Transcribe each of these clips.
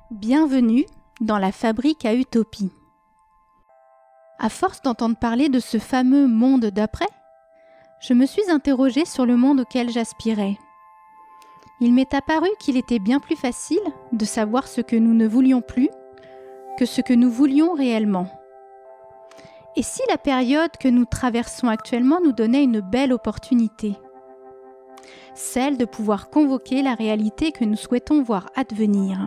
Bienvenue dans la fabrique à utopie. À force d'entendre parler de ce fameux monde d'après, je me suis interrogée sur le monde auquel j'aspirais. Il m'est apparu qu'il était bien plus facile de savoir ce que nous ne voulions plus que ce que nous voulions réellement. Et si la période que nous traversons actuellement nous donnait une belle opportunité, celle de pouvoir convoquer la réalité que nous souhaitons voir advenir.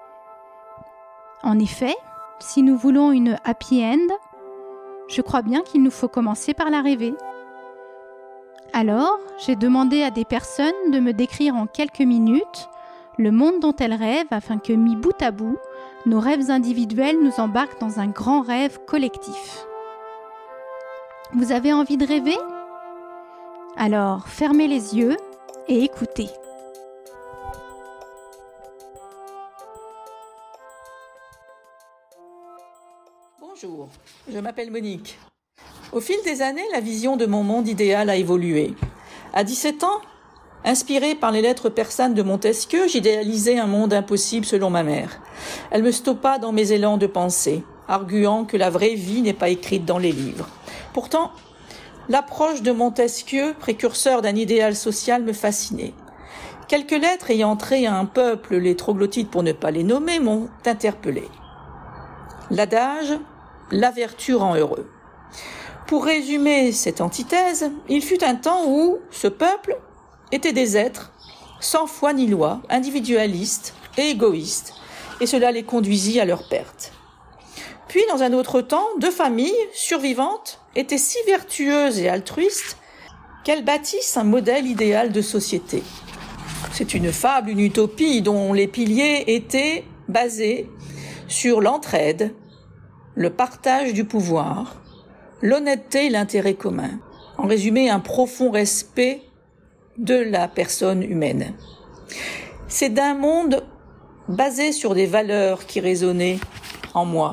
En effet, si nous voulons une happy end, je crois bien qu'il nous faut commencer par la rêver. Alors, j'ai demandé à des personnes de me décrire en quelques minutes le monde dont elles rêvent afin que, mis bout à bout, nos rêves individuels nous embarquent dans un grand rêve collectif. Vous avez envie de rêver ? Alors, fermez les yeux et écoutez. Bonjour, je m'appelle Monique. Au fil des années, la vision de mon monde idéal a évolué. À 17 ans, inspirée par les lettres persanes de Montesquieu, j'idéalisais un monde impossible selon ma mère. Elle me stoppa dans mes élans de pensée, arguant que la vraie vie n'est pas écrite dans les livres. Pourtant, l'approche de Montesquieu, précurseur d'un idéal social, me fascinait. Quelques lettres ayant trait à un peuple, les troglodytes pour ne pas les nommer, m'ont interpellé. L'adage « la vertu rend heureux ». Pour résumer cette antithèse, il fut un temps où ce peuple était des êtres sans foi ni loi, individualistes et égoïstes, et cela les conduisit à leur perte. Puis, dans un autre temps, deux familles survivantes étaient si vertueuses et altruistes qu'elles bâtissent un modèle idéal de société. C'est une fable, une utopie dont les piliers étaient basés sur l'entraide, le partage du pouvoir, l'honnêteté et l'intérêt commun. En résumé, un profond respect de la personne humaine. C'est d'un monde basé sur des valeurs qui résonnaient en moi.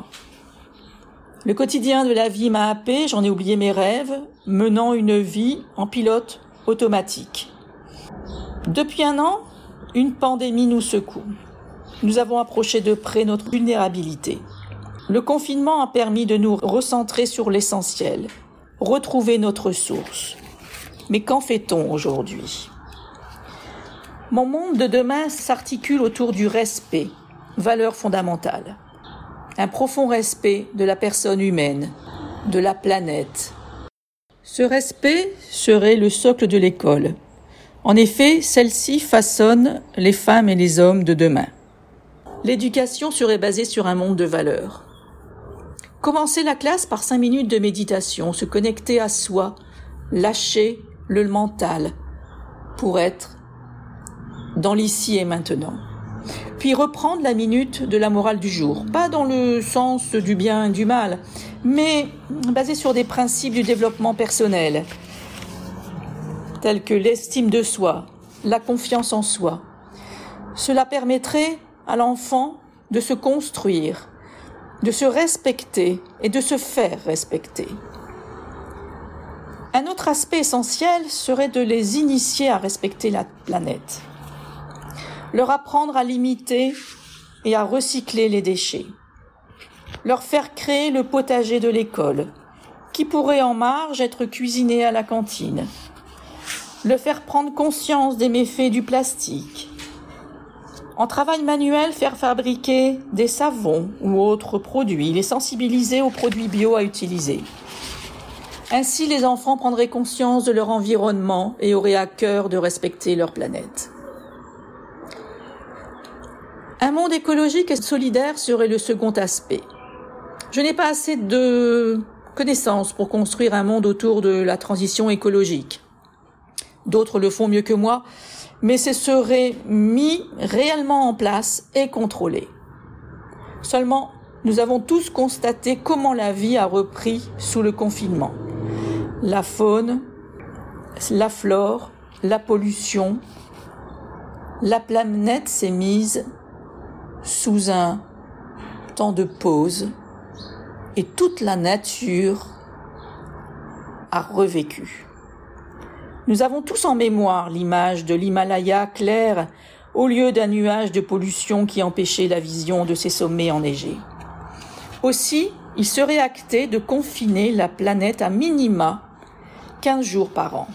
Le quotidien de la vie m'a happé, j'en ai oublié mes rêves, menant une vie en pilote automatique. Depuis un an, une pandémie nous secoue. Nous avons approché de près notre vulnérabilité. Le confinement a permis de nous recentrer sur l'essentiel, retrouver notre source. Mais qu'en fait-on aujourd'hui ? Mon monde de demain s'articule autour du respect, valeur fondamentale. Un profond respect de la personne humaine, de la planète. Ce respect serait le socle de l'école. En effet, celle-ci façonne les femmes et les hommes de demain. L'éducation serait basée sur un monde de valeurs. Commencer la classe par 5 minutes de méditation, se connecter à soi, lâcher le mental pour être dans l'ici et maintenant. Puis reprendre la minute de la morale du jour, pas dans le sens du bien et du mal, mais basée sur des principes du développement personnel, tels que l'estime de soi, la confiance en soi. Cela permettrait à l'enfant de se construire, de se respecter et de se faire respecter. Un autre aspect essentiel serait de les initier à respecter la planète, leur apprendre à limiter et à recycler les déchets, leur faire créer le potager de l'école, qui pourrait en marge être cuisiné à la cantine, le faire prendre conscience des méfaits du plastique, en travail manuel, faire fabriquer des savons ou autres produits, les sensibiliser aux produits bio à utiliser. Ainsi, les enfants prendraient conscience de leur environnement et auraient à cœur de respecter leur planète. Un monde écologique et solidaire serait le second aspect. Je n'ai pas assez de connaissances pour construire un monde autour de la transition écologique. D'autres le font mieux que moi, mais ce serait mis réellement en place et contrôlé. Seulement, nous avons tous constaté comment la vie a repris sous le confinement. La faune, la flore, la pollution, la planète s'est mise sous un temps de pause et toute la nature a revécu. Nous avons tous en mémoire l'image de l'Himalaya clair au lieu d'un nuage de pollution qui empêchait la vision de ces sommets enneigés. Aussi, il serait acté de confiner la planète à minima 15 jours par an.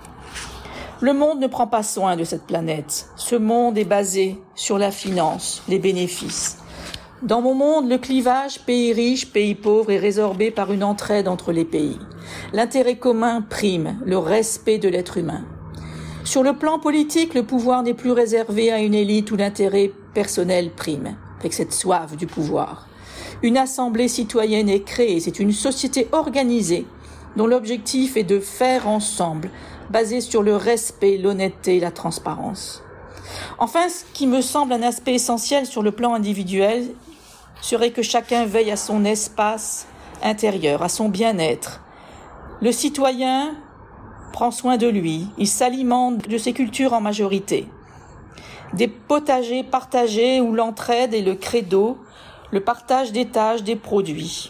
Le monde ne prend pas soin de cette planète. Ce monde est basé sur la finance, les bénéfices. Dans mon monde, le clivage pays riche, pays pauvre est résorbé par une entraide entre les pays. L'intérêt commun prime, le respect de l'être humain. Sur le plan politique, le pouvoir n'est plus réservé à une élite où l'intérêt personnel prime, avec cette soif du pouvoir. Une assemblée citoyenne est créée, c'est une société organisée dont l'objectif est de faire ensemble, basé sur le respect, l'honnêteté et la transparence. Enfin, ce qui me semble un aspect essentiel sur le plan individuel serait que chacun veille à son espace intérieur, à son bien-être. Le citoyen prend soin de lui, il s'alimente de ses cultures en majorité. Des potagers partagés où l'entraide est le credo, le partage des tâches, des produits.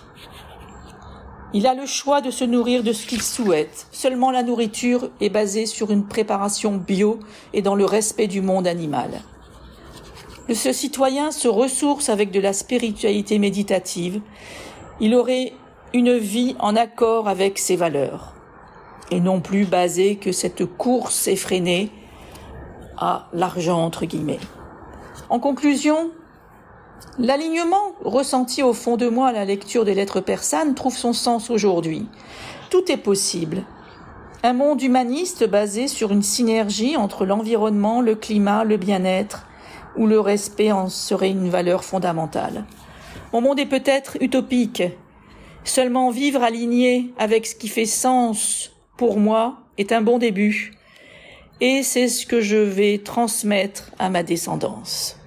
Il a le choix de se nourrir de ce qu'il souhaite. Seulement la nourriture est basée sur une préparation bio et dans le respect du monde animal. Ce citoyen se ressource avec de la spiritualité méditative. Il aurait une vie en accord avec ses valeurs et non plus basée que cette course effrénée à l'argent entre guillemets. En conclusion, l'alignement ressenti au fond de moi à la lecture des lettres persanes trouve son sens aujourd'hui. Tout est possible. Un monde humaniste basé sur une synergie entre l'environnement, le climat, le bien-être, où le respect en serait une valeur fondamentale. Mon monde est peut-être utopique. Seulement vivre aligné avec ce qui fait sens pour moi est un bon début. Et c'est ce que je vais transmettre à ma descendance.